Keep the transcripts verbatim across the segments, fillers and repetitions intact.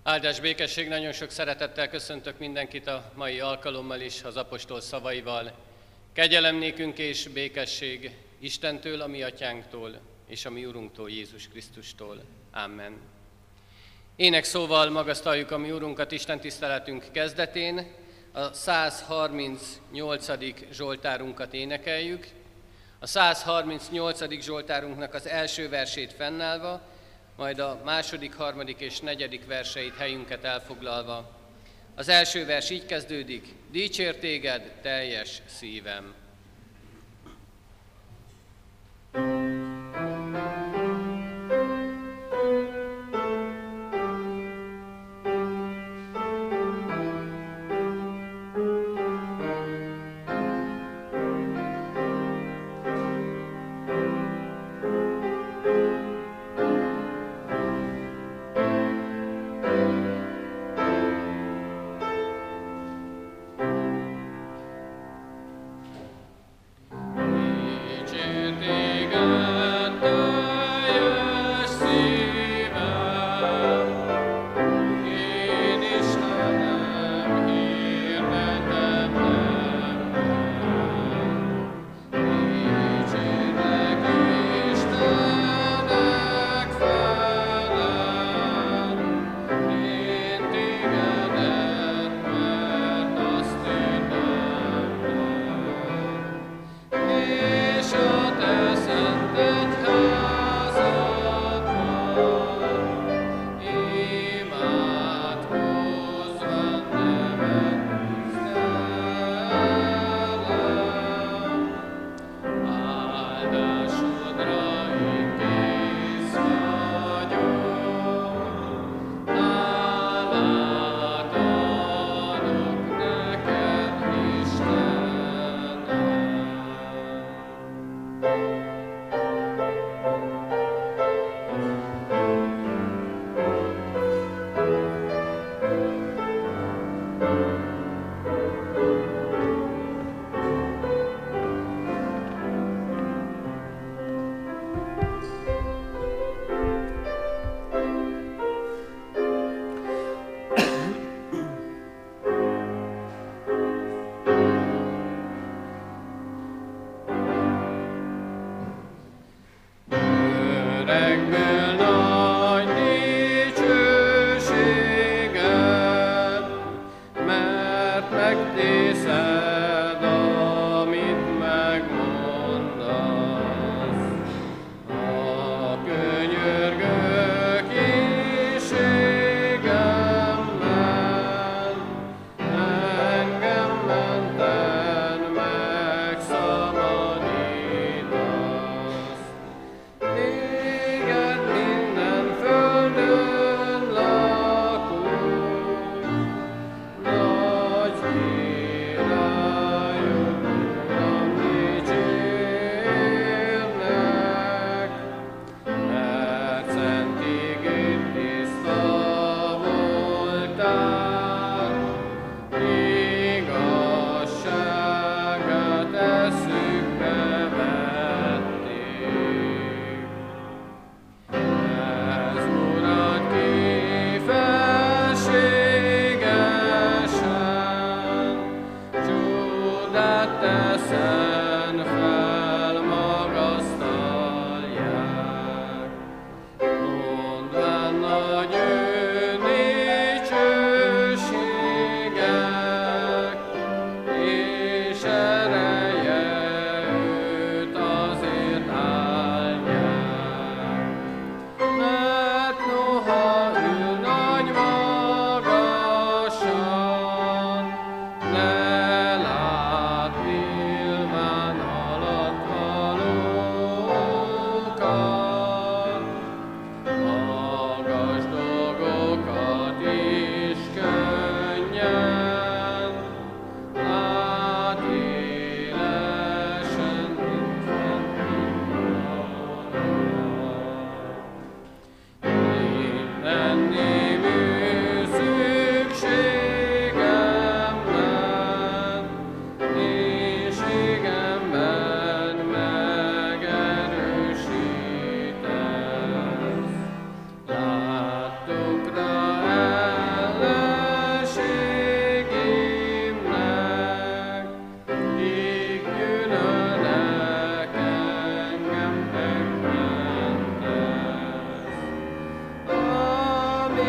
Áldás békesség, nagyon sok szeretettel köszöntök mindenkit a mai alkalommal is az apostol szavaival. Kegyelem nékünk és békesség Istentől, a mi atyánktól, és a mi Urunktól, Jézus Krisztustól. Amen. Ének szóval magasztaljuk a mi Urunkat Isten tiszteletünk kezdetén, a száz harmincnyolcadik zsoltárunkat énekeljük. A száz harmincnyolcadik zsoltárunknak az első versét fennállva, majd a második, harmadik és negyedik verseit helyünket elfoglalva. Az első vers így kezdődik: Dicsér téged teljes szívem.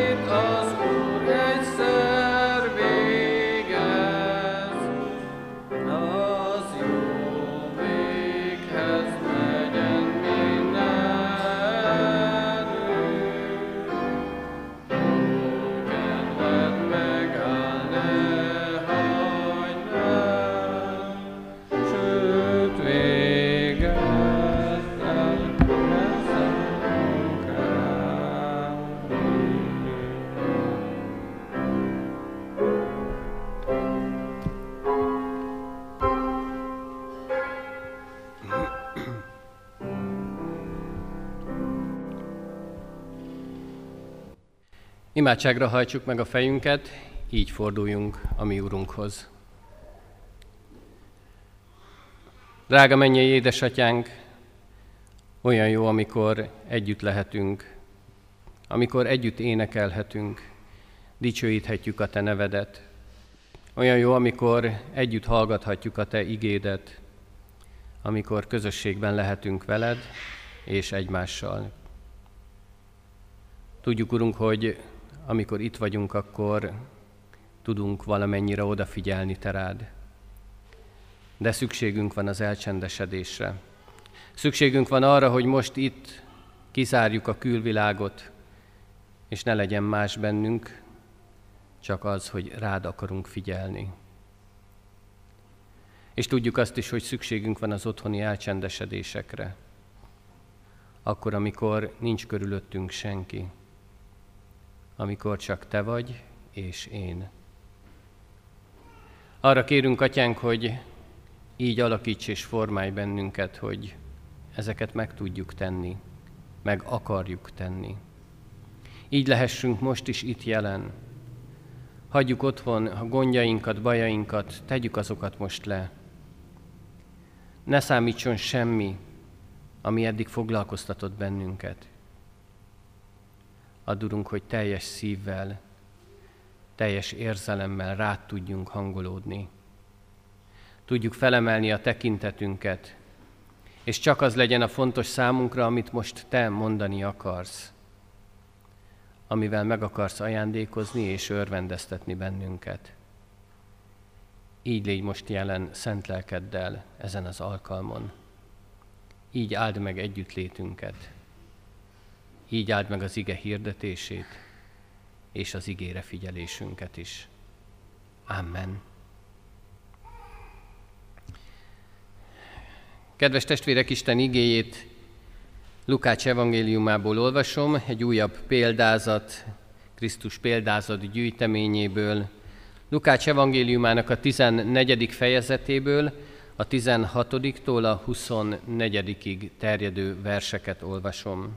Imádságra hajtsuk meg a fejünket, így forduljunk a mi Urunkhoz. Drága mennyei édesatyánk, olyan jó, amikor együtt lehetünk, amikor együtt énekelhetünk, dicsőíthetjük a te nevedet. Olyan jó, amikor együtt hallgathatjuk a te igédet, amikor közösségben lehetünk veled és egymással. Tudjuk, Urunk, hogy amikor itt vagyunk, akkor tudunk valamennyire odafigyelni te rád. De szükségünk van az elcsendesedésre. Szükségünk van arra, hogy most itt kizárjuk a külvilágot, és ne legyen más bennünk, csak az, hogy rád akarunk figyelni. És tudjuk azt is, hogy szükségünk van az otthoni elcsendesedésekre. Akkor, amikor nincs körülöttünk senki. Amikor csak te vagy, és én. Arra kérünk, Atyánk, hogy így alakíts és formálj bennünket, hogy ezeket meg tudjuk tenni, meg akarjuk tenni. Így lehessünk most is itt jelen. Hagyjuk otthon a gondjainkat, bajainkat, tegyük azokat most le. Ne számítson semmi, ami eddig foglalkoztatott bennünket. Add, Urunk, hogy teljes szívvel, teljes érzelemmel rád tudjunk hangolódni. Tudjuk felemelni a tekintetünket, és csak az legyen a fontos számunkra, amit most te mondani akarsz, amivel meg akarsz ajándékozni és örvendeztetni bennünket. Így légy most jelen szent lelkeddel ezen az alkalmon. Így áld meg együttlétünket. Így áld meg az ige hirdetését és az igére figyelésünket is. Amen. Kedves testvérek, Isten igéjét Lukács evangéliumából olvasom, egy újabb példázat, Krisztus példázat gyűjteményéből, Lukács evangéliumának a tizennegyedik fejezetéből, a tizenhatodiktól a huszonnegyedikig terjedő verseket olvasom.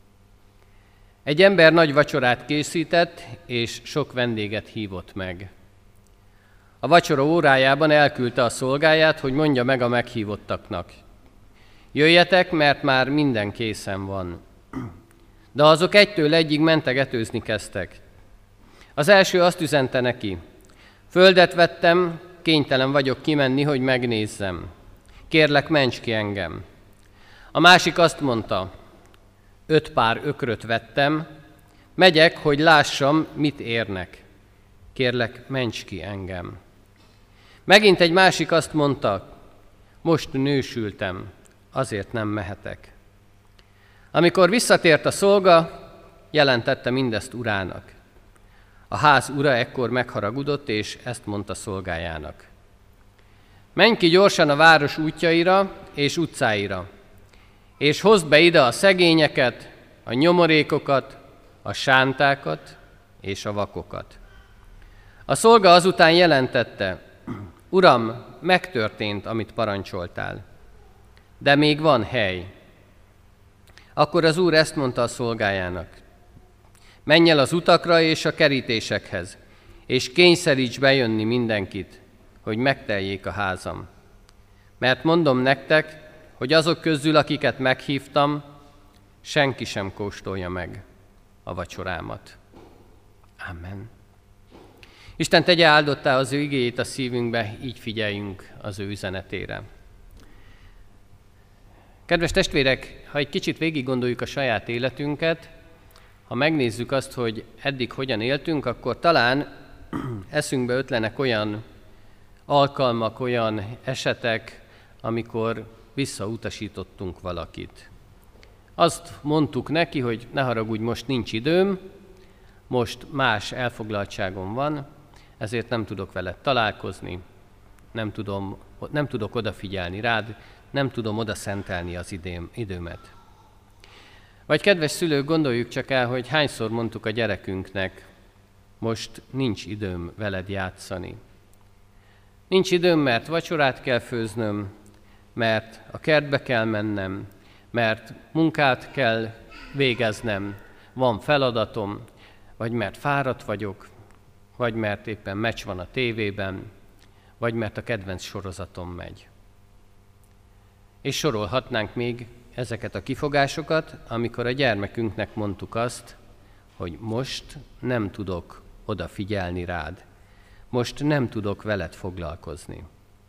Egy ember nagy vacsorát készített, és sok vendéget hívott meg. A vacsora órájában elküldte a szolgáját, hogy mondja meg a meghívottaknak: jöjjetek, mert már minden készen van. De azok egytől egyig mentegetőzni kezdtek. Az első azt üzente neki: földet vettem, kénytelen vagyok kimenni, hogy megnézzem. Kérlek, ments ki engem. A másik azt mondta: öt pár ökröt vettem, megyek, hogy lássam, mit érnek. Kérlek, ments ki engem. Megint egy másik azt mondta: most nősültem, azért nem mehetek. Amikor visszatért a szolga, jelentette mindezt urának. A ház ura ekkor megharagudott, és ezt mondta szolgájának: menj ki gyorsan a város útjaira és utcáira, és hozd be ide a szegényeket, a nyomorékokat, a sántákat és a vakokat. A szolga azután jelentette: Uram, megtörtént, amit parancsoltál, de még van hely. Akkor az úr ezt mondta a szolgájának: menj el az utakra és a kerítésekhez, és kényszeríts bejönni mindenkit, hogy megteljék a házam. Mert mondom nektek, hogy azok közül, akiket meghívtam, senki sem kóstolja meg a vacsorámat. Amen. Isten tegye áldottá az ő igéjét a szívünkbe, így figyeljünk az ő üzenetére. Kedves testvérek, ha egy kicsit végig gondoljuk a saját életünket, ha megnézzük azt, hogy eddig hogyan éltünk, akkor talán eszünkbe ötlenek olyan alkalmak, olyan esetek, amikor visszautasítottunk valakit. Azt mondtuk neki, hogy ne haragudj, most nincs időm, most más elfoglaltságom van, ezért nem tudok veled találkozni, nem, tudom, nem tudok odafigyelni rád, nem tudom oda szentelni az idém, időmet. Vagy kedves szülők, gondoljuk csak el, hogy hányszor mondtuk a gyerekünknek, most nincs időm veled játszani. Nincs időm, mert vacsorát kell főznöm, mert a kertbe kell mennem, mert munkát kell végeznem, van feladatom, vagy mert fáradt vagyok, vagy mert éppen meccs van a tévében, vagy mert a kedvenc sorozatom megy. És sorolhatnánk még ezeket a kifogásokat, amikor a gyermekünknek mondtuk azt, hogy most nem tudok odafigyelni rád, most nem tudok veled foglalkozni.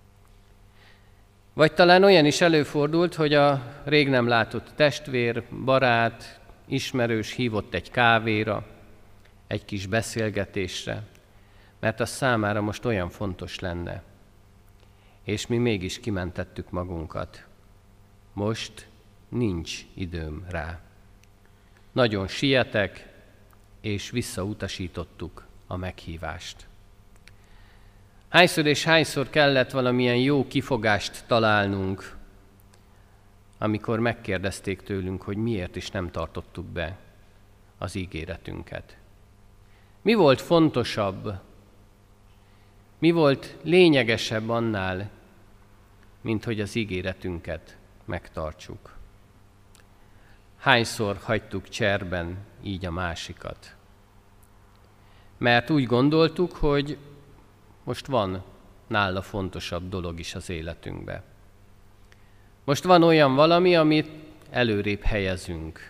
Vagy talán olyan is előfordult, hogy a rég nem látott testvér, barát, ismerős hívott egy kávéra, egy kis beszélgetésre, mert az számára most olyan fontos lenne. És mi mégis kimentettük magunkat. Most nincs időm rá. Nagyon sietek, és visszautasítottuk a meghívást. Hányszor és hányszor kellett valamilyen jó kifogást találnunk, amikor megkérdezték tőlünk, hogy miért is nem tartottuk be az ígéretünket. Mi volt fontosabb, mi volt lényegesebb annál, mint hogy az ígéretünket megtartsuk? Hányszor hagytuk cserben így a másikat? Mert úgy gondoltuk, hogy most van nála fontosabb dolog is az életünkbe. Most van olyan valami, amit előrébb helyezünk.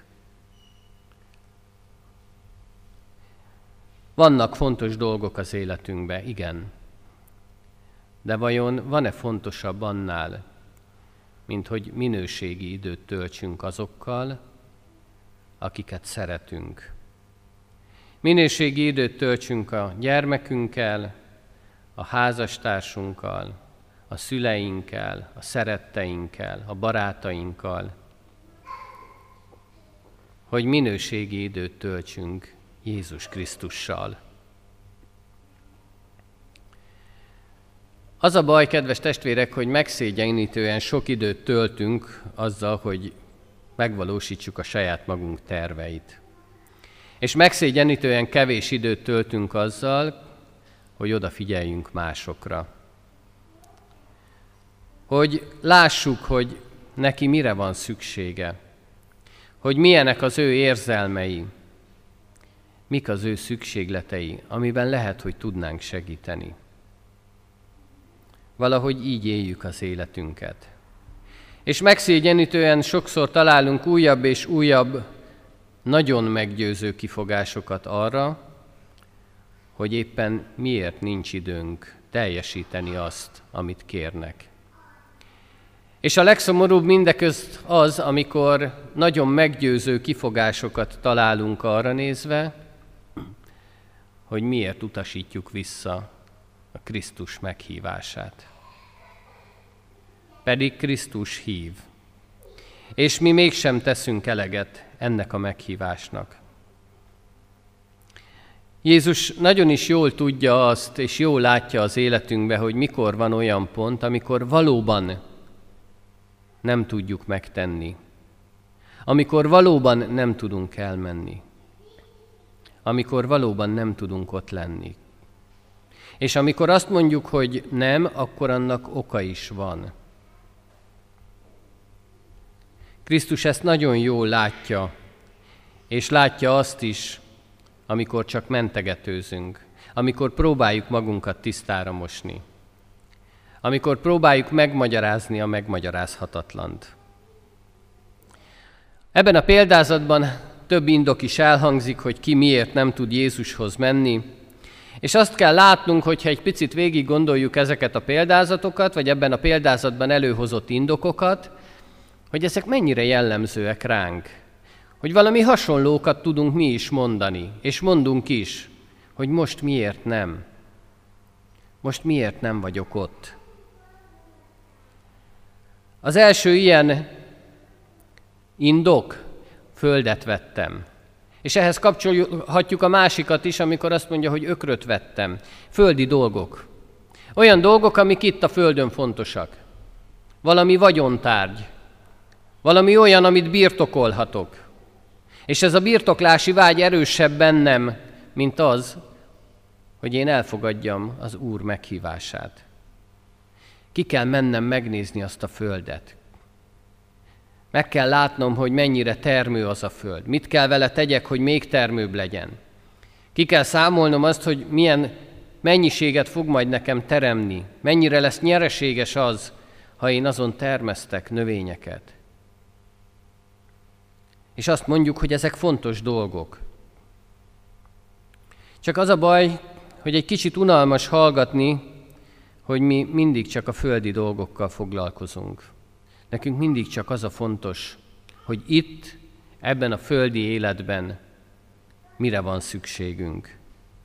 Vannak fontos dolgok az életünkben, igen. De vajon van-e fontosabb annál, mint hogy minőségi időt töltsünk azokkal, akiket szeretünk? Minőségi időt töltsünk a gyermekünkkel, a házastársunkkal, a szüleinkkel, a szeretteinkkel, a barátainkkal, hogy minőségi időt töltsünk Jézus Krisztussal. Az a baj, kedves testvérek, hogy megszégyenítően sok időt töltünk azzal, hogy megvalósítsuk a saját magunk terveit. És megszégyenítően kevés időt töltünk azzal, hogy odafigyeljünk másokra. Hogy lássuk, hogy neki mire van szüksége, hogy milyenek az ő érzelmei, mik az ő szükségletei, amiben lehet, hogy tudnánk segíteni. Valahogy így éljük az életünket. És megszégyenítően sokszor találunk újabb és újabb, nagyon meggyőző kifogásokat arra, hogy éppen miért nincs időnk teljesíteni azt, amit kérnek. És a legszomorúbb mindeközt az, amikor nagyon meggyőző kifogásokat találunk arra nézve, hogy miért utasítjuk vissza a Krisztus meghívását. Pedig Krisztus hív, és mi mégsem teszünk eleget ennek a meghívásnak. Jézus nagyon is jól tudja azt, és jól látja az életünkbe, hogy mikor van olyan pont, amikor valóban nem tudjuk megtenni. Amikor valóban nem tudunk elmenni. Amikor valóban nem tudunk ott lenni. És amikor azt mondjuk, hogy nem, akkor annak oka is van. Krisztus ezt nagyon jól látja, és látja azt is, amikor csak mentegetőzünk, amikor próbáljuk magunkat tisztára mosni, amikor próbáljuk megmagyarázni a megmagyarázhatatlant. Ebben a példázatban több indok is elhangzik, hogy ki miért nem tud Jézushoz menni, és azt kell látnunk, hogyha egy picit végig gondoljuk ezeket a példázatokat, vagy ebben a példázatban előhozott indokokat, hogy ezek mennyire jellemzőek ránk, hogy valami hasonlókat tudunk mi is mondani, és mondunk is, hogy most miért nem. Most miért nem vagyok ott. Az első ilyen indok, földet vettem. És ehhez kapcsolhatjuk a másikat is, amikor azt mondja, hogy ökröt vettem. Földi dolgok. Olyan dolgok, amik itt a földön fontosak. Valami vagyontárgy. Valami olyan, amit birtokolhatok. És ez a birtoklási vágy erősebb bennem, mint az, hogy én elfogadjam az Úr meghívását. Ki kell mennem megnézni azt a földet. Meg kell látnom, hogy mennyire termő az a föld. Mit kell vele tegyek, hogy még termőbb legyen. Ki kell számolnom azt, hogy milyen mennyiséget fog majd nekem teremni. Mennyire lesz nyereséges az, ha én azon termesztek növényeket. És azt mondjuk, hogy ezek fontos dolgok. Csak az a baj, hogy egy kicsit unalmas hallgatni, hogy mi mindig csak a földi dolgokkal foglalkozunk. Nekünk mindig csak az a fontos, hogy itt, ebben a földi életben mire van szükségünk.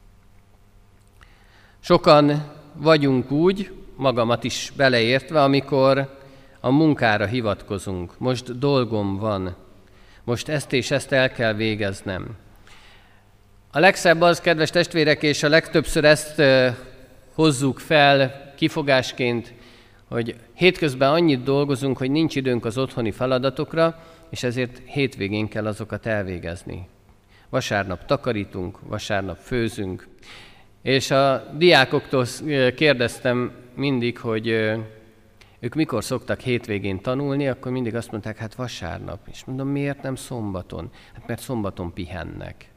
Sokan vagyunk úgy, magamat is beleértve, amikor a munkára hivatkozunk. Most dolgom van, most ezt és ezt el kell végeznem. A legszebb az, kedves testvérek, és a legtöbbször ezt hozzuk fel kifogásként, hogy hétközben annyit dolgozunk, hogy nincs időnk az otthoni feladatokra, és ezért hétvégén kell azokat elvégezni. Vasárnap takarítunk, vasárnap főzünk, és a diákoktól kérdeztem mindig, hogy ők mikor szoktak hétvégén tanulni, akkor mindig azt mondták, hát vasárnap. És mondom, miért nem szombaton? Hát mert szombaton pihennek.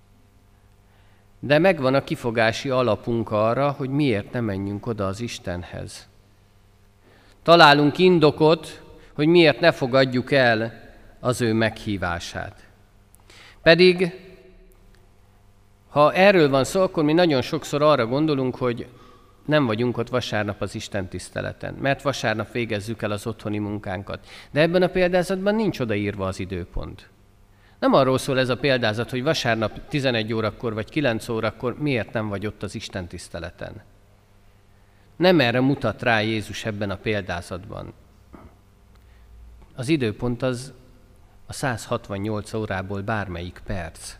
De megvan a kifogási alapunk arra, hogy miért nem menjünk oda az Istenhez. Találunk indokot, hogy miért ne fogadjuk el az ő meghívását. Pedig, ha erről van szó, akkor mi nagyon sokszor arra gondolunk, hogy nem vagyunk ott vasárnap az Isten tiszteleten, mert vasárnap végezzük el az otthoni munkánkat. De ebben a példázatban nincs odaírva az időpont. Nem arról szól ez a példázat, hogy vasárnap tizenegy órakor vagy kilenc órakor miért nem vagy ott az Isten tiszteleten. Nem erre mutat rá Jézus ebben a példázatban. Az időpont az a száz hatvannyolc órából bármelyik perc.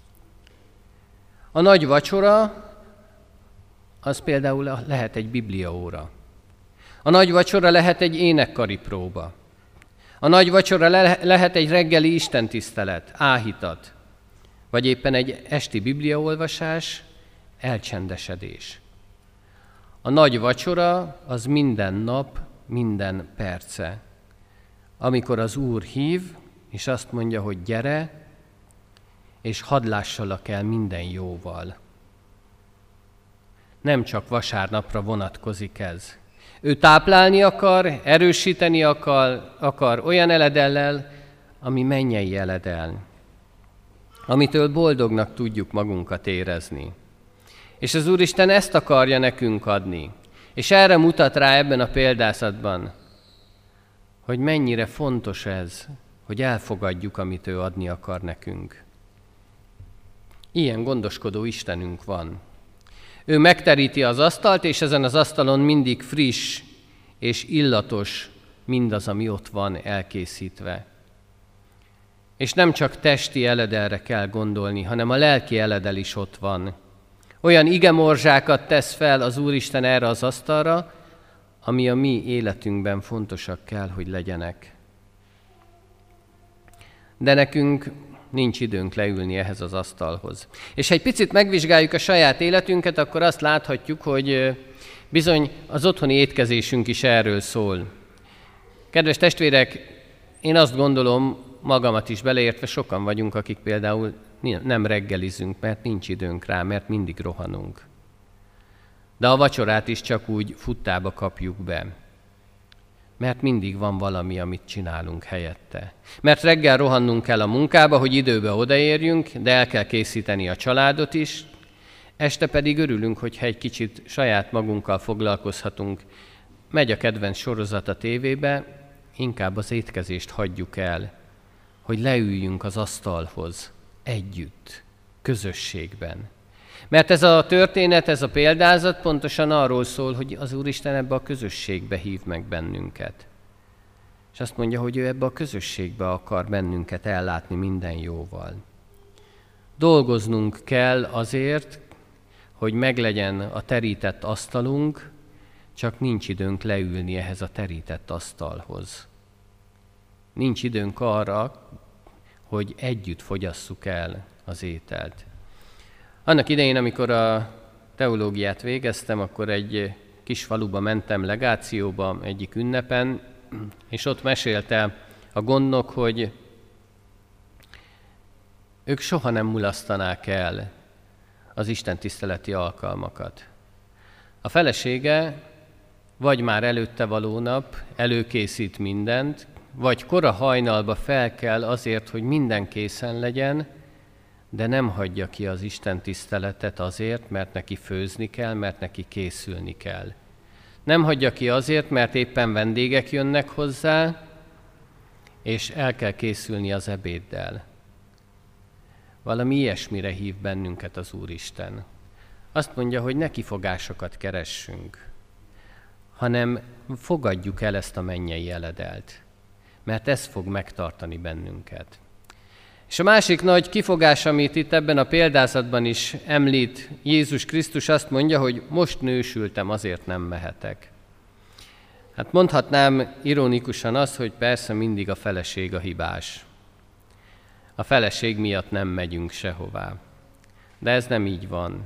A nagy vacsora az például lehet egy bibliaóra. A nagy vacsora lehet egy énekkari próba. A nagy vacsora le- lehet egy reggeli istentisztelet, áhítat, vagy éppen egy esti bibliaolvasás, elcsendesedés. A nagy vacsora az minden nap, minden perce, amikor az Úr hív, és azt mondja, hogy gyere, és hadd lássalak el minden jóval. Nem csak vasárnapra vonatkozik ez. Ő táplálni akar, erősíteni akar, akar olyan eledellel, ami mennyei eledel, amitől boldognak tudjuk magunkat érezni. És az Úristen ezt akarja nekünk adni. És erre mutat rá ebben a példázatban, hogy mennyire fontos ez, hogy elfogadjuk, amit ő adni akar nekünk. Ilyen gondoskodó Istenünk van. Ő megteríti az asztalt, és ezen az asztalon mindig friss és illatos mindaz, ami ott van elkészítve. És nem csak testi eledelre kell gondolni, hanem a lelki eledel is ott van. Olyan igemorzsákat tesz fel az Úristen erre az asztalra, ami a mi életünkben fontosak kell, hogy legyenek. De nekünk nincs időnk leülni ehhez az asztalhoz. És ha egy picit megvizsgáljuk a saját életünket, akkor azt láthatjuk, hogy bizony az otthoni étkezésünk is erről szól. Kedves testvérek, én azt gondolom, magamat is beleértve, sokan vagyunk, akik például nem reggelizünk, mert nincs időnk rá, mert mindig rohanunk. De a vacsorát is csak úgy futtába kapjuk be, mert mindig van valami, amit csinálunk helyette. Mert reggel rohannunk kell a munkába, hogy időbe odaérjünk, de el kell készíteni a családot is, este pedig örülünk, hogyha egy kicsit saját magunkkal foglalkozhatunk. Megy a kedvenc sorozat a tévébe, inkább az étkezést hagyjuk el, hogy leüljünk az asztalhoz együtt, közösségben. Mert ez a történet, ez a példázat pontosan arról szól, hogy az Úristen ebbe a közösségbe hív meg bennünket. És azt mondja, hogy ő ebbe a közösségbe akar bennünket ellátni minden jóval. Dolgoznunk kell azért, hogy meglegyen a terített asztalunk, csak nincs időnk leülni ehhez a terített asztalhoz. Nincs időnk arra, hogy együtt fogyasszuk el az ételt. Annak idején, amikor a teológiát végeztem, akkor egy kis faluba mentem legációba egyik ünnepen, és ott mesélte a gondnok, hogy ők soha nem mulasztanák el az istentiszteleti alkalmakat. A felesége vagy már előtte való nap előkészít mindent, vagy kora hajnalba fel kell azért, hogy minden készen legyen, de nem hagyja ki az istentiszteletet azért, mert neki főzni kell, mert neki készülni kell. Nem hagyja ki azért, mert éppen vendégek jönnek hozzá, és el kell készülni az ebéddel. Valami ilyesmire hív bennünket az Úristen. Azt mondja, hogy ne kifogásokat keressünk, hanem fogadjuk el ezt a mennyei eledelt, mert ez fog megtartani bennünket. És a másik nagy kifogás, amit itt ebben a példázatban is említ Jézus Krisztus, azt mondja, hogy most nősültem, azért nem mehetek. Hát mondhatnám ironikusan azt, hogy persze mindig a feleség a hibás. A feleség miatt nem megyünk sehová. De ez nem így van.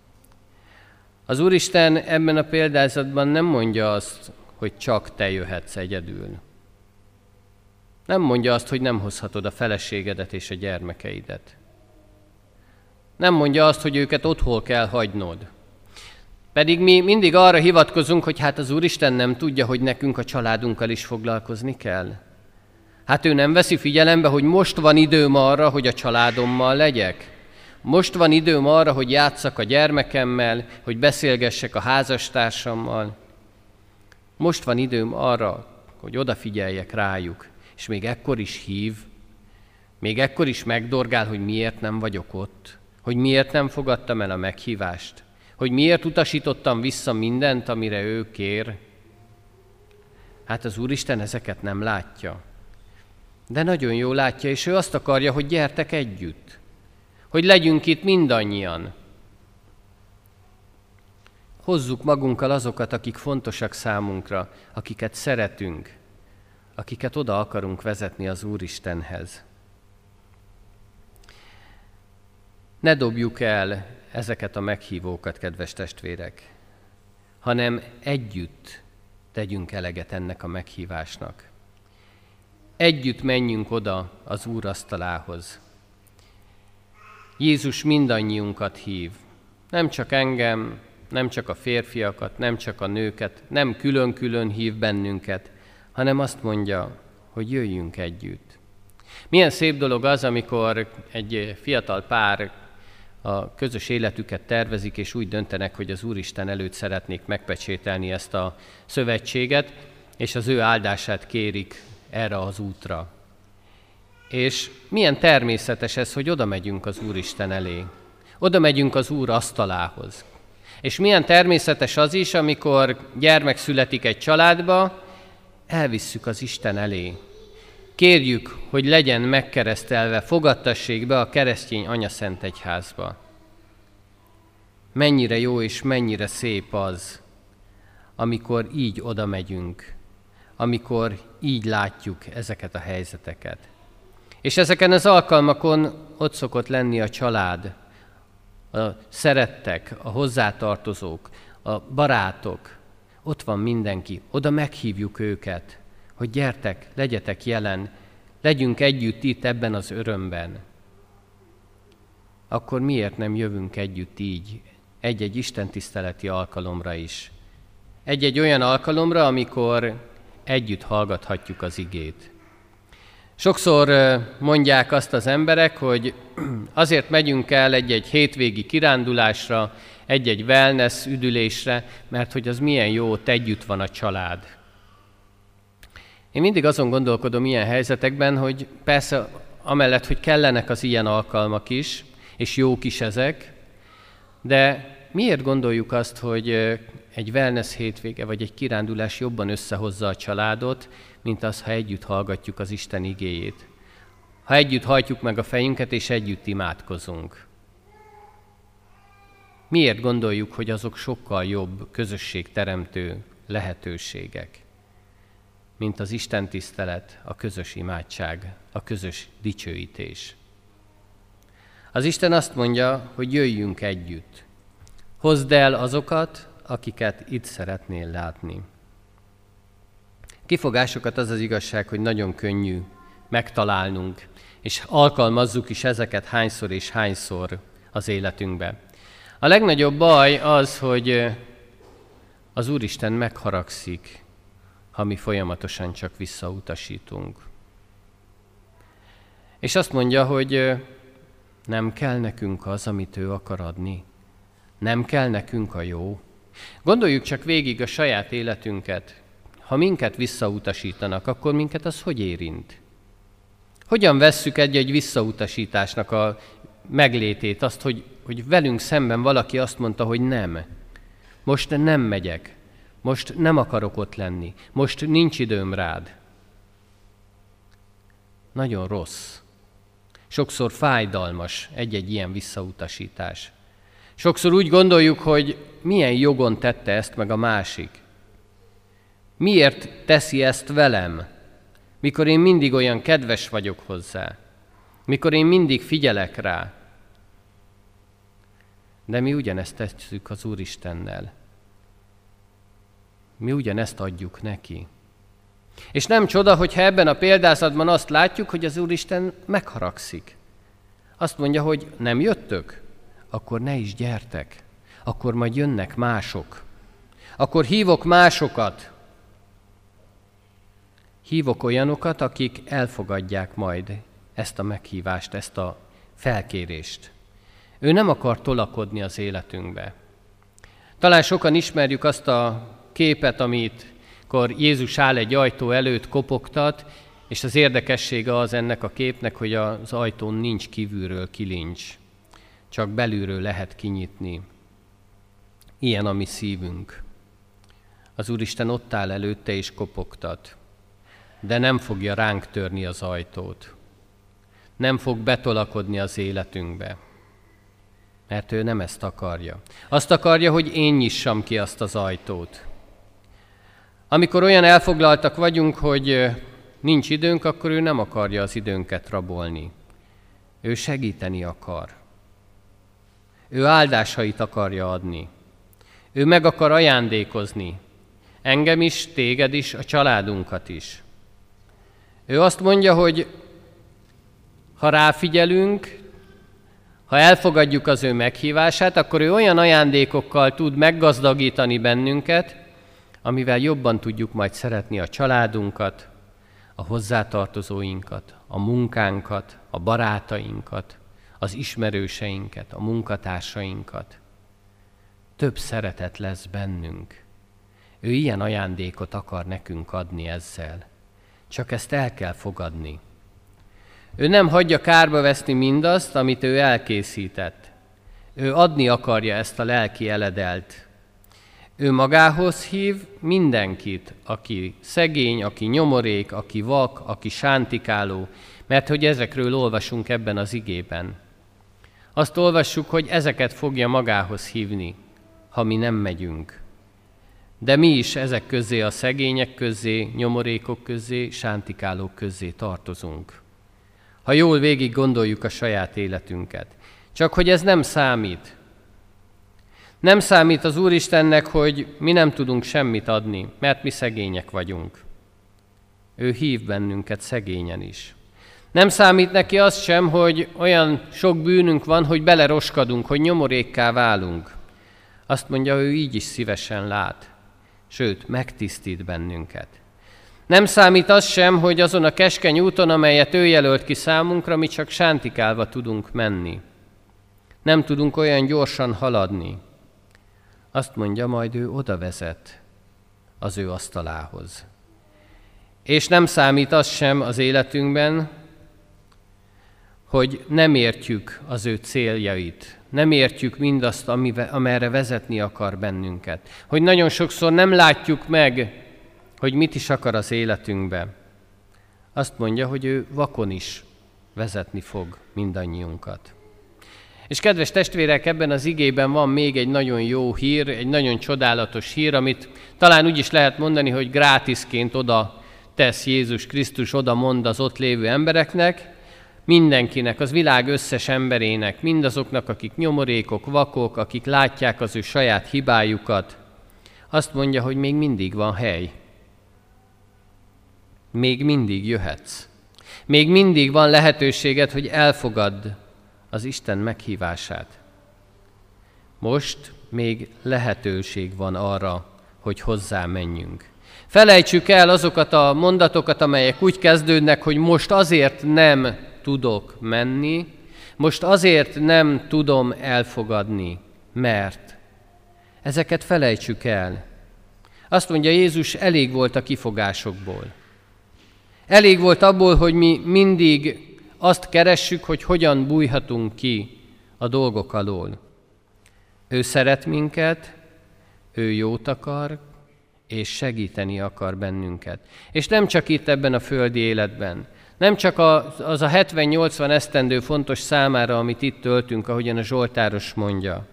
Az Úristen ebben a példázatban nem mondja azt, hogy csak te jöhetsz egyedül. Nem mondja azt, hogy nem hozhatod a feleségedet és a gyermekeidet. Nem mondja azt, hogy őket otthon kell hagynod. Pedig mi mindig arra hivatkozunk, hogy hát az Úristen nem tudja, hogy nekünk a családunkkal is foglalkozni kell. Hát ő nem veszi figyelembe, hogy most van időm arra, hogy a családommal legyek. Most van időm arra, hogy játsszak a gyermekemmel, hogy beszélgessek a házastársammal. Most van időm arra, hogy odafigyeljek rájuk. És még ekkor is hív, még ekkor is megdorgál, hogy miért nem vagyok ott, hogy miért nem fogadtam el a meghívást, hogy miért utasítottam vissza mindent, amire ő kér. Hát az Úristen ezeket nem látja. De nagyon jól látja, és ő azt akarja, hogy gyertek együtt, hogy legyünk itt mindannyian. Hozzuk magunkkal azokat, akik fontosak számunkra, akiket szeretünk, akiket oda akarunk vezetni az Úristenhez. Ne dobjuk el ezeket a meghívókat, kedves testvérek, hanem együtt tegyünk eleget ennek a meghívásnak. Együtt menjünk oda az Úr asztalához. Jézus mindannyiunkat hív, nem csak engem, nem csak a férfiakat, nem csak a nőket, nem külön-külön hív bennünket, hanem azt mondja, hogy jöjjünk együtt. Milyen szép dolog az, amikor egy fiatal pár a közös életüket tervezik, és úgy döntenek, hogy az Úristen előtt szeretnék megpecsételni ezt a szövetséget, és az ő áldását kérik erre az útra. És milyen természetes ez, hogy oda megyünk az Úristen elé. Oda megyünk az Úr asztalához. És milyen természetes az is, amikor gyermek születik egy családba, elvisszük az Isten elé. Kérjük, hogy legyen megkeresztelve, fogadtassék be a keresztény anyaszent egyházba. Mennyire jó és mennyire szép az, amikor így oda megyünk, amikor így látjuk ezeket a helyzeteket. És ezeken az alkalmakon ott szokott lenni a család, a szerettek, a hozzátartozók, a barátok, ott van mindenki, oda meghívjuk őket, hogy gyertek, legyetek jelen, legyünk együtt itt ebben az örömben. Akkor miért nem jövünk együtt így, egy-egy istentiszteleti alkalomra is? Egy-egy olyan alkalomra, amikor együtt hallgathatjuk az igét. Sokszor mondják azt az emberek, hogy azért megyünk el egy-egy hétvégi kirándulásra, egy-egy wellness üdülésre, mert hogy az milyen jó, ott együtt van a család. Én mindig azon gondolkodom ilyen helyzetekben, hogy persze amellett, hogy kellenek az ilyen alkalmak is, és jók is ezek, de miért gondoljuk azt, hogy egy wellness hétvége vagy egy kirándulás jobban összehozza a családot, mint az, ha együtt hallgatjuk az Isten igéjét? Ha együtt hajtjuk meg a fejünket, és együtt imádkozunk. Miért gondoljuk, hogy azok sokkal jobb közösségteremtő lehetőségek, mint az Isten tisztelet, a közös imádság, a közös dicsőítés? Az Isten azt mondja, hogy jöjjünk együtt. Hozd el azokat, akiket itt szeretnél látni. Kifogásokat az az igazság, hogy nagyon könnyű megtalálnunk, és alkalmazzuk is ezeket hányszor és hányszor az életünkbe. A legnagyobb baj az, hogy az Úristen megharagszik, ha mi folyamatosan csak visszautasítunk. És azt mondja, hogy nem kell nekünk az, amit ő akar adni. Nem kell nekünk a jó. Gondoljuk csak végig a saját életünket. Ha minket visszautasítanak, akkor minket az hogy érint? Hogyan vesszük egy-egy visszautasításnak a meglétét, azt, hogy, hogy velünk szemben valaki azt mondta, hogy nem. Most nem megyek. Most nem akarok ott lenni. Most nincs időm rád. Nagyon rossz. Sokszor fájdalmas egy-egy ilyen visszautasítás. Sokszor úgy gondoljuk, hogy milyen jogon tette ezt meg a másik. Miért teszi ezt velem, mikor én mindig olyan kedves vagyok hozzá, mikor én mindig figyelek rá. De mi ugyanezt tesszük az Úristennel. Mi ugyanezt adjuk neki. És nem csoda, hogyha ebben a példázatban azt látjuk, hogy az Úristen megharagszik. Azt mondja, hogy nem jöttök? Akkor ne is gyertek. Akkor majd jönnek mások. Akkor hívok másokat. Hívok olyanokat, akik elfogadják majd ezt a meghívást, ezt a felkérést. Ő nem akar tolakodni az életünkbe. Talán sokan ismerjük azt a képet, amit akkor Jézus áll egy ajtó előtt, kopogtat, és az érdekessége az ennek a képnek, hogy az ajtón nincs kívülről kilincs, csak belülről lehet kinyitni. Ilyen a mi szívünk. Az Úristen ott áll előtte és kopogtat, de nem fogja ránk törni az ajtót. Nem fog betolakodni az életünkbe, mert ő nem ezt akarja. Azt akarja, hogy én nyissam ki azt az ajtót. Amikor olyan elfoglaltak vagyunk, hogy nincs időnk, akkor ő nem akarja az időnket rabolni. Ő segíteni akar. Ő áldásait akarja adni. Ő meg akar ajándékozni. Engem is, téged is, a családunkat is. Ő azt mondja, hogy ha ráfigyelünk, ha elfogadjuk az ő meghívását, akkor ő olyan ajándékokkal tud meggazdagítani bennünket, amivel jobban tudjuk majd szeretni a családunkat, a hozzátartozóinkat, a munkánkat, a barátainkat, az ismerőseinket, a munkatársainkat. Több szeretet lesz bennünk. Ő ilyen ajándékot akar nekünk adni ezzel. Csak ezt el kell fogadni. Ő nem hagyja kárba veszni mindazt, amit ő elkészített. Ő adni akarja ezt a lelki eledelt. Ő magához hív mindenkit, aki szegény, aki nyomorék, aki vak, aki sántikáló, mert hogy ezekről olvasunk ebben az igében. Azt olvassuk, hogy ezeket fogja magához hívni, ha mi nem megyünk. De mi is ezek közé, a szegények közé, nyomorékok közé, sántikálók közé tartozunk. Ha jól végig gondoljuk a saját életünket. Csak hogy ez nem számít. Nem számít az Úristennek, hogy mi nem tudunk semmit adni, mert mi szegények vagyunk. Ő hív bennünket szegényen is. Nem számít neki az sem, hogy olyan sok bűnünk van, hogy beleroskadunk, hogy nyomorékká válunk. Azt mondja, ő így is szívesen lát, sőt, megtisztít bennünket. Nem számít az sem, hogy azon a keskeny úton, amelyet ő jelölt ki számunkra, mi csak sántikálva tudunk menni. Nem tudunk olyan gyorsan haladni. Azt mondja, majd ő oda vezet az ő asztalához. És nem számít az sem az életünkben, hogy nem értjük az ő céljait, nem értjük mindazt, amerre vezetni akar bennünket. Hogy nagyon sokszor nem látjuk meg, hogy mit is akar az életünkbe. Azt mondja, hogy ő vakon is vezetni fog mindannyiunkat. És kedves testvérek, ebben az igében van még egy nagyon jó hír, egy nagyon csodálatos hír, amit talán úgy is lehet mondani, hogy grátisként oda tesz Jézus Krisztus, oda mond az ott lévő embereknek, mindenkinek, az világ összes emberének, mindazoknak, akik nyomorékok, vakok, akik látják az ő saját hibájukat. Azt mondja, hogy még mindig van hely. Még mindig jöhetsz. Még mindig van lehetőséged, hogy elfogadd az Isten meghívását. Most még lehetőség van arra, hogy hozzá menjünk. Felejtsük el azokat a mondatokat, amelyek úgy kezdődnek, hogy most azért nem tudok menni, most azért nem tudom elfogadni, mert. Ezeket felejtsük el. Azt mondja Jézus, elég volt a kifogásokból. Elég volt abból, hogy mi mindig azt keressük, hogy hogyan bújhatunk ki a dolgok alól. Ő szeret minket, ő jót akar, és segíteni akar bennünket. És nem csak itt ebben a földi életben, nem csak az a hetven-nyolcvan esztendő fontos számára, amit itt töltünk, ahogyan a Zsoltáros mondja,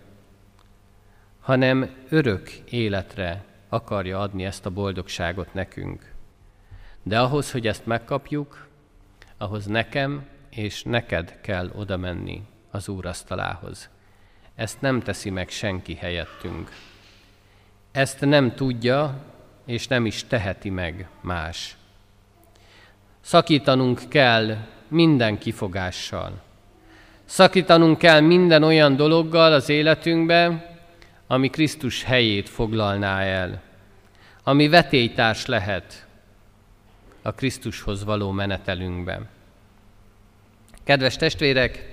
hanem örök életre akarja adni ezt a boldogságot nekünk. De ahhoz, hogy ezt megkapjuk, ahhoz nekem és neked kell oda menni az Úr asztalához. Ezt nem teszi meg senki helyettünk. Ezt nem tudja, és nem is teheti meg más. Szakítanunk kell minden kifogással. Szakítanunk kell minden olyan dologgal az életünkbe, ami Krisztus helyét foglalná el, ami vetélytárs lehet a Krisztushoz való menetelünkben. Kedves testvérek,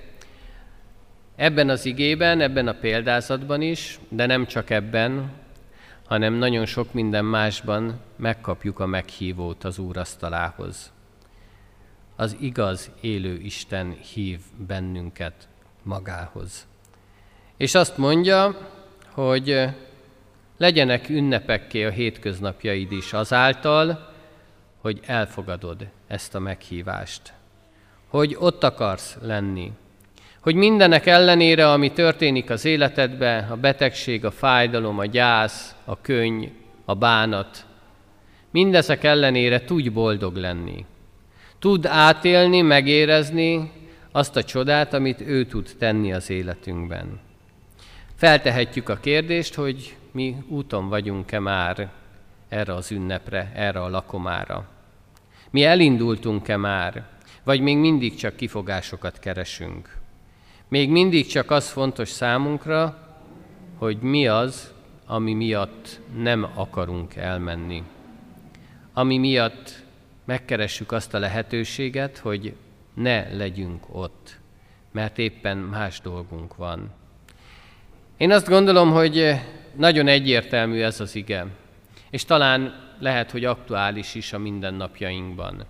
ebben az igében, ebben a példázatban is, de nem csak ebben, hanem nagyon sok minden másban megkapjuk a meghívót az Úr asztalához. Az igaz, élő Isten hív bennünket magához. És azt mondja, hogy legyenek ünnepekké a hétköznapjaid is azáltal, hogy elfogadod ezt a meghívást. Hogy ott akarsz lenni. Hogy mindenek ellenére, ami történik az életedben, a betegség, a fájdalom, a gyász, a könny, a bánat, mindezek ellenére tudj boldog lenni. Tudd átélni, megérezni azt a csodát, amit ő tud tenni az életünkben. Feltehetjük a kérdést, hogy mi úton vagyunk-e már erre az ünnepre, erre a lakomára. Mi elindultunk-e már, vagy még mindig csak kifogásokat keresünk? Még mindig csak az fontos számunkra, hogy mi az, ami miatt nem akarunk elmenni. Ami miatt megkeressük azt a lehetőséget, hogy ne legyünk ott, mert éppen más dolgunk van. Én azt gondolom, hogy nagyon egyértelmű ez az ige, és talán lehet, hogy aktuális is a mindennapjainkban.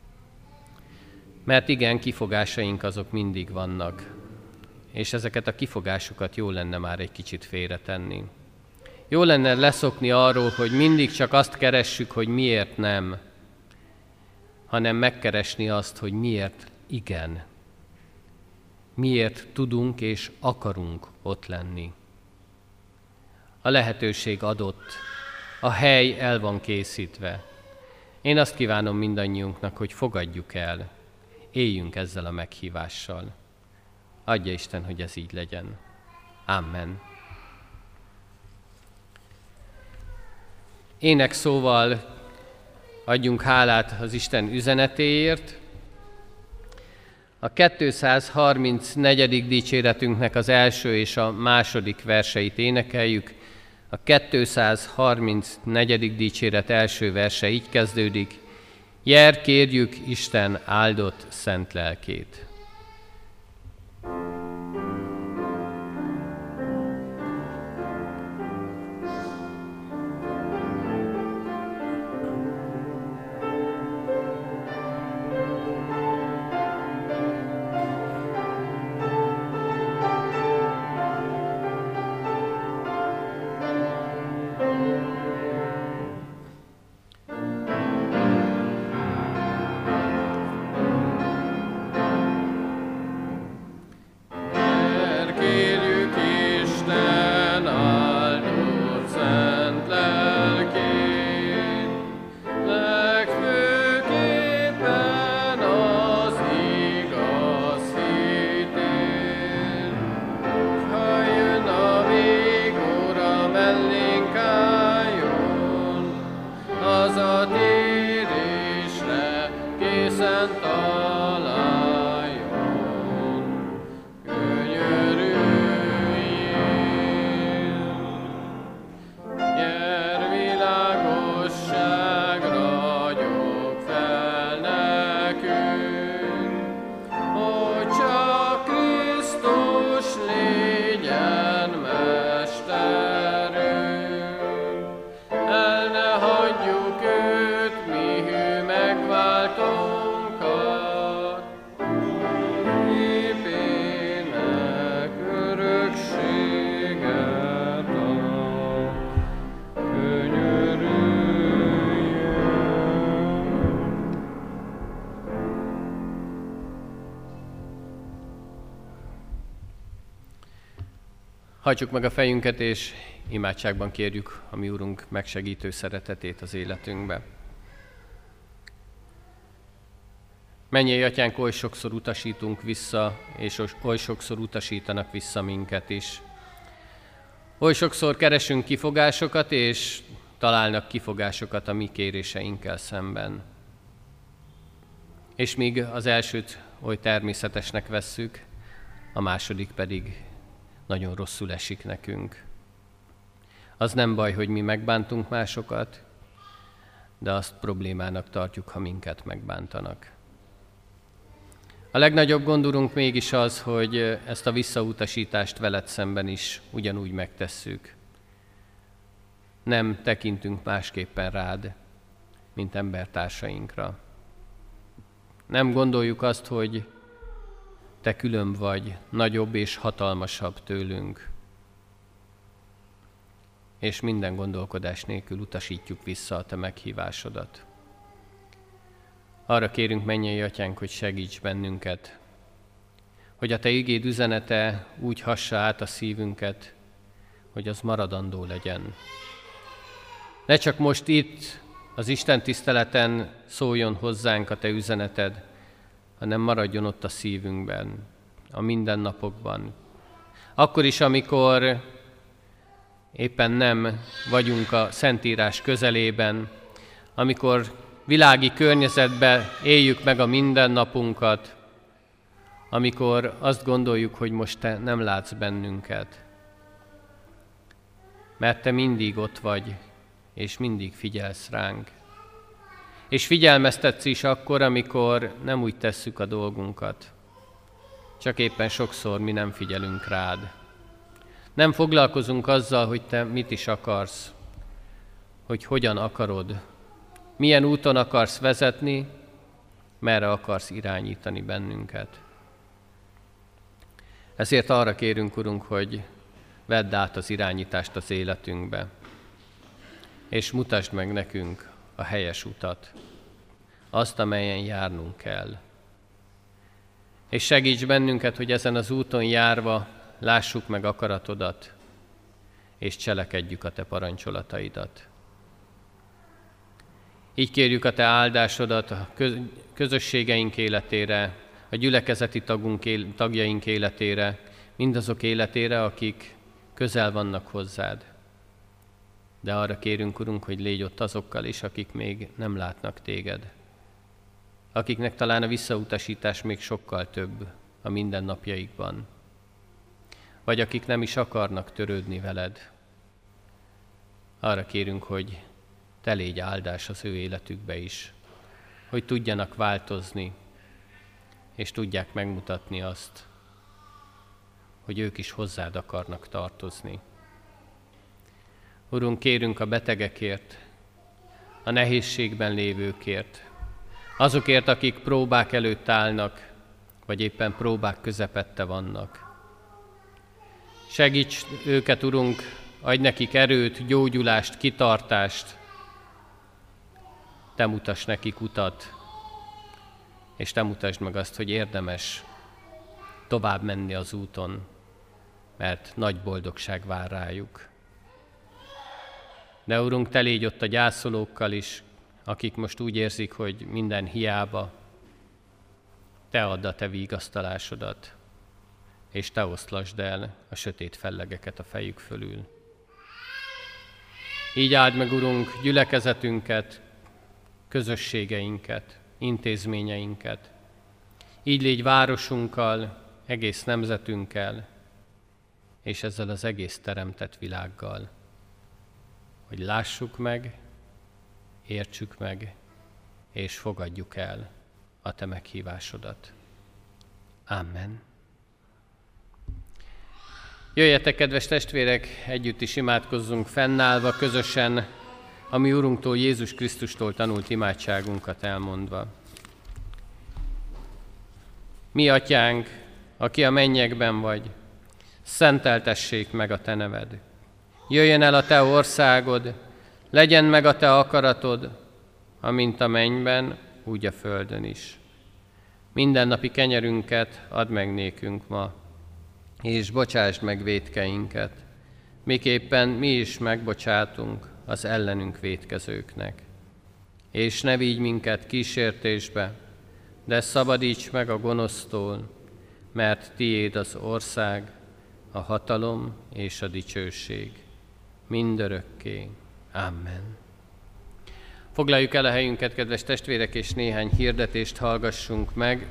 Mert igen, kifogásaink azok mindig vannak, és ezeket a kifogásokat jó lenne már egy kicsit félretenni. Jó lenne leszokni arról, hogy mindig csak azt keressük, hogy miért nem, hanem megkeresni azt, hogy miért igen. Miért tudunk és akarunk ott lenni. A lehetőség adott, a hely el van készítve. Én azt kívánom mindannyiunknak, hogy fogadjuk el, éljünk ezzel a meghívással. Adja Isten, hogy ez így legyen. Amen. Ének szóval adjunk hálát az Isten üzenetéért. A kétszázharmincnegyedik dicséretünknek az első és a második verseit énekeljük. A kétszázharmincnegyedik dicséret első verse így kezdődik. Jel, kérjük Isten áldott szent lelkét. Hajtsuk meg a fejünket, és imádságban kérjük a mi Urunk megsegítő szeretetét az életünkbe. Mennyei Atyánk, oly sokszor utasítunk vissza, és oly sokszor utasítanak vissza minket is. Oly sokszor keresünk kifogásokat, és találnak kifogásokat a mi kéréseinkkel szemben. És míg az elsőt oly természetesnek vesszük, a második pedig nagyon rosszul esik nekünk. Az nem baj, hogy mi megbántunk másokat, de azt problémának tartjuk, ha minket megbántanak. A legnagyobb gondunk mégis az, hogy ezt a visszautasítást veled szemben is ugyanúgy megtesszük. Nem tekintünk másképpen rád, mint embertársainkra. Nem gondoljuk azt, hogy te külön vagy, nagyobb és hatalmasabb tőlünk. És minden gondolkodás nélkül utasítjuk vissza a te meghívásodat. Arra kérünk, mennyei Atyánk, hogy segíts bennünket, hogy a te igéd üzenete úgy hassa át a szívünket, hogy az maradandó legyen. Ne csak most itt, az Isten tiszteleten szóljon hozzánk a te üzeneted, hanem maradjon ott a szívünkben, a mindennapokban. Akkor is, amikor éppen nem vagyunk a Szentírás közelében, amikor világi környezetben éljük meg a mindennapunkat, amikor azt gondoljuk, hogy most te nem látsz bennünket. Mert te mindig ott vagy, és mindig figyelsz ránk. És figyelmeztetsz is akkor, amikor nem úgy tesszük a dolgunkat. Csak éppen sokszor mi nem figyelünk rád. Nem foglalkozunk azzal, hogy te mit is akarsz, hogy hogyan akarod, milyen úton akarsz vezetni, merre akarsz irányítani bennünket. Ezért arra kérünk, Urunk, hogy vedd át az irányítást az életünkbe, és mutasd meg nekünk a helyes utat, azt, amelyen járnunk kell. És segíts bennünket, hogy ezen az úton járva lássuk meg akaratodat, és cselekedjük a te parancsolataidat. Így kérjük a te áldásodat a közösségeink életére, a gyülekezeti tagunk, tagjaink életére, mindazok életére, akik közel vannak hozzád. De arra kérünk, Urunk, hogy légy ott azokkal is, akik még nem látnak téged. Akiknek talán a visszautasítás még sokkal több a mindennapjaikban. Vagy akik nem is akarnak törődni veled. Arra kérünk, hogy te légy áldás az ő életükbe is, hogy tudjanak változni, és tudják megmutatni azt, hogy ők is hozzád akarnak tartozni. Urunk, kérünk a betegekért, a nehézségben lévőkért, azokért, akik próbák előtt állnak, vagy éppen próbák közepette vannak. Segíts őket, Urunk, adj nekik erőt, gyógyulást, kitartást, te mutass nekik utat, és te mutasd meg azt, hogy érdemes tovább menni az úton, mert nagy boldogság vár rájuk. De Urunk, te légy ott a gyászolókkal is, akik most úgy érzik, hogy minden hiába. Te add a te vigasztalásodat, és te oszlasd el a sötét fellegeket a fejük fölül. Így áld meg, Urunk, gyülekezetünket, közösségeinket, intézményeinket. Így légy városunkkal, egész nemzetünkkel, és ezzel az egész teremtett világgal, hogy lássuk meg, értsük meg, és fogadjuk el a te meghívásodat. Amen. Jöjjetek, kedves testvérek, együtt is imádkozzunk fennállva, közösen a mi Urunktól, Jézus Krisztustól tanult imádságunkat elmondva. Mi Atyánk, aki a mennyekben vagy, szenteltessék meg a te neved. Jöjjön el a te országod, legyen meg a te akaratod, amint a mennyben, úgy a földön is. Mindennapi kenyerünket add meg nékünk ma, és bocsásd meg vétkeinket, miképpen mi is megbocsátunk az ellenünk vétkezőknek. És ne vigy minket kísértésbe, de szabadíts meg a gonosztól, mert tiéd az ország, a hatalom és a dicsőség mindörökké. Amen. Foglaljuk el a helyünket, kedves testvérek, és néhány hirdetést hallgassunk meg.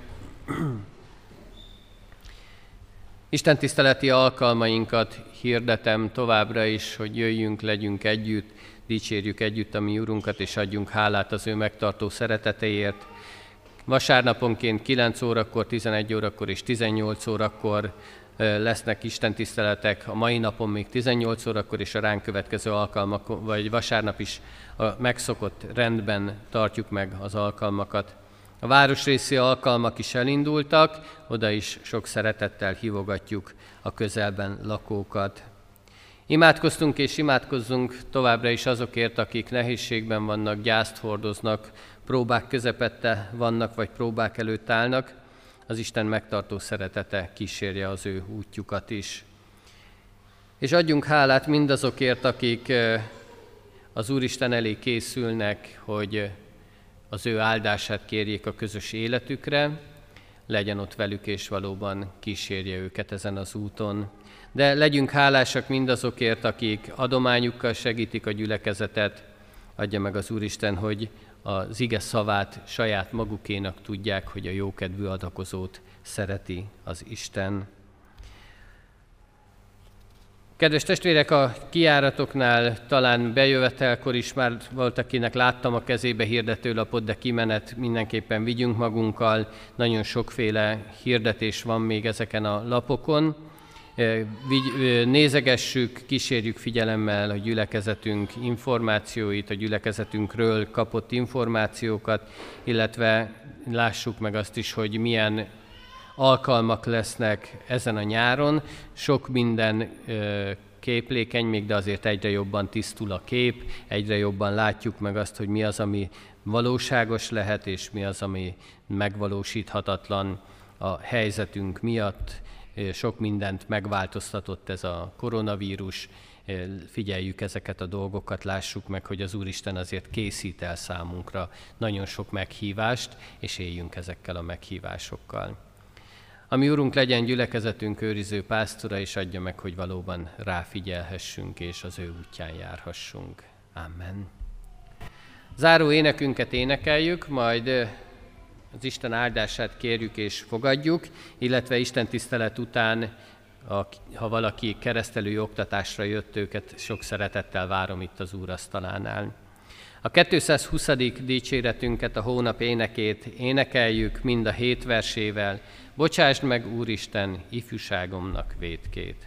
Isten tiszteleti alkalmainkat hirdetem továbbra is, hogy jöjjünk, legyünk együtt, dicsérjük együtt a mi Urunkat, és adjunk hálát az ő megtartó szeretetéért. Vasárnaponként kilenc órakor, tizenegy órakor és tizennyolc órakor lesznek istentiszteletek, a mai napon még tizennyolc órakor, és a ránk következő alkalmak, vagy vasárnap is a megszokott rendben tartjuk meg az alkalmakat. A városrészi alkalmak is elindultak, oda is sok szeretettel hívogatjuk a közelben lakókat. Imádkoztunk és imádkozzunk továbbra is azokért, akik nehézségben vannak, gyászt hordoznak, próbák közepette vannak, vagy próbák előtt állnak. Az Isten megtartó szeretete kísérje az ő útjukat is. És adjunk hálát mindazokért, akik az Úristen elé készülnek, hogy az ő áldását kérjék a közös életükre, legyen ott velük, és valóban kísérje őket ezen az úton. De legyünk hálásak mindazokért, akik adományukkal segítik a gyülekezetet, adja meg az Úristen, hogy az ige szavát saját magukénak tudják, hogy a jókedvű adakozót szereti az Isten. Kedves testvérek, a kijáratoknál talán bejövetelkor is már volt, akinek láttam a kezébe hirdetőlapot, de kimenet mindenképpen vigyünk magunkkal. Nagyon sokféle hirdetés van még ezeken a lapokon. Nézegessük, kísérjük figyelemmel a gyülekezetünk információit, a gyülekezetünkről kapott információkat, illetve lássuk meg azt is, hogy milyen alkalmak lesznek ezen a nyáron. Sok minden képlékeny még, de azért egyre jobban tisztul a kép, egyre jobban látjuk meg azt, hogy mi az, ami valóságos lehet, és mi az, ami megvalósíthatatlan a helyzetünk miatt. Sok mindent megváltoztatott ez a koronavírus, figyeljük ezeket a dolgokat, lássuk meg, hogy az Úristen azért készít el számunkra nagyon sok meghívást, és éljünk ezekkel a meghívásokkal. Ami Urunk legyen gyülekezetünk őriző pásztora, és adja meg, hogy valóban ráfigyelhessünk, és az ő útján járhassunk. Amen. Záró énekünket énekeljük, majd az Isten áldását kérjük és fogadjuk, illetve Isten tisztelet után, ha valaki keresztelői oktatásra jött, őket sok szeretettel várom itt az úrasztalánál. A kétszázhuszadik dicséretünket, a hónap énekét énekeljük mind a hét versével. Bocsásd meg, Úristen, ifjúságomnak vétkét.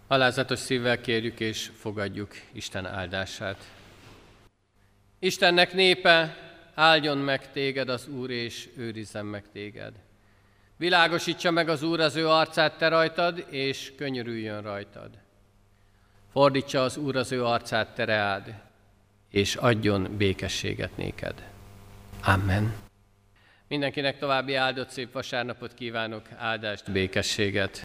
Alázatos szívvel kérjük és fogadjuk Isten áldását. Istennek népe, áldjon meg téged az Úr, és őrizzen meg téged. Világosítsa meg az Úr az ő arcát te rajtad, és könyörüljön rajtad. Fordítsa az Úr az ő arcát te reád, és adjon békességet néked. Amen. Mindenkinek további áldott szép vasárnapot kívánok, áldást, békességet.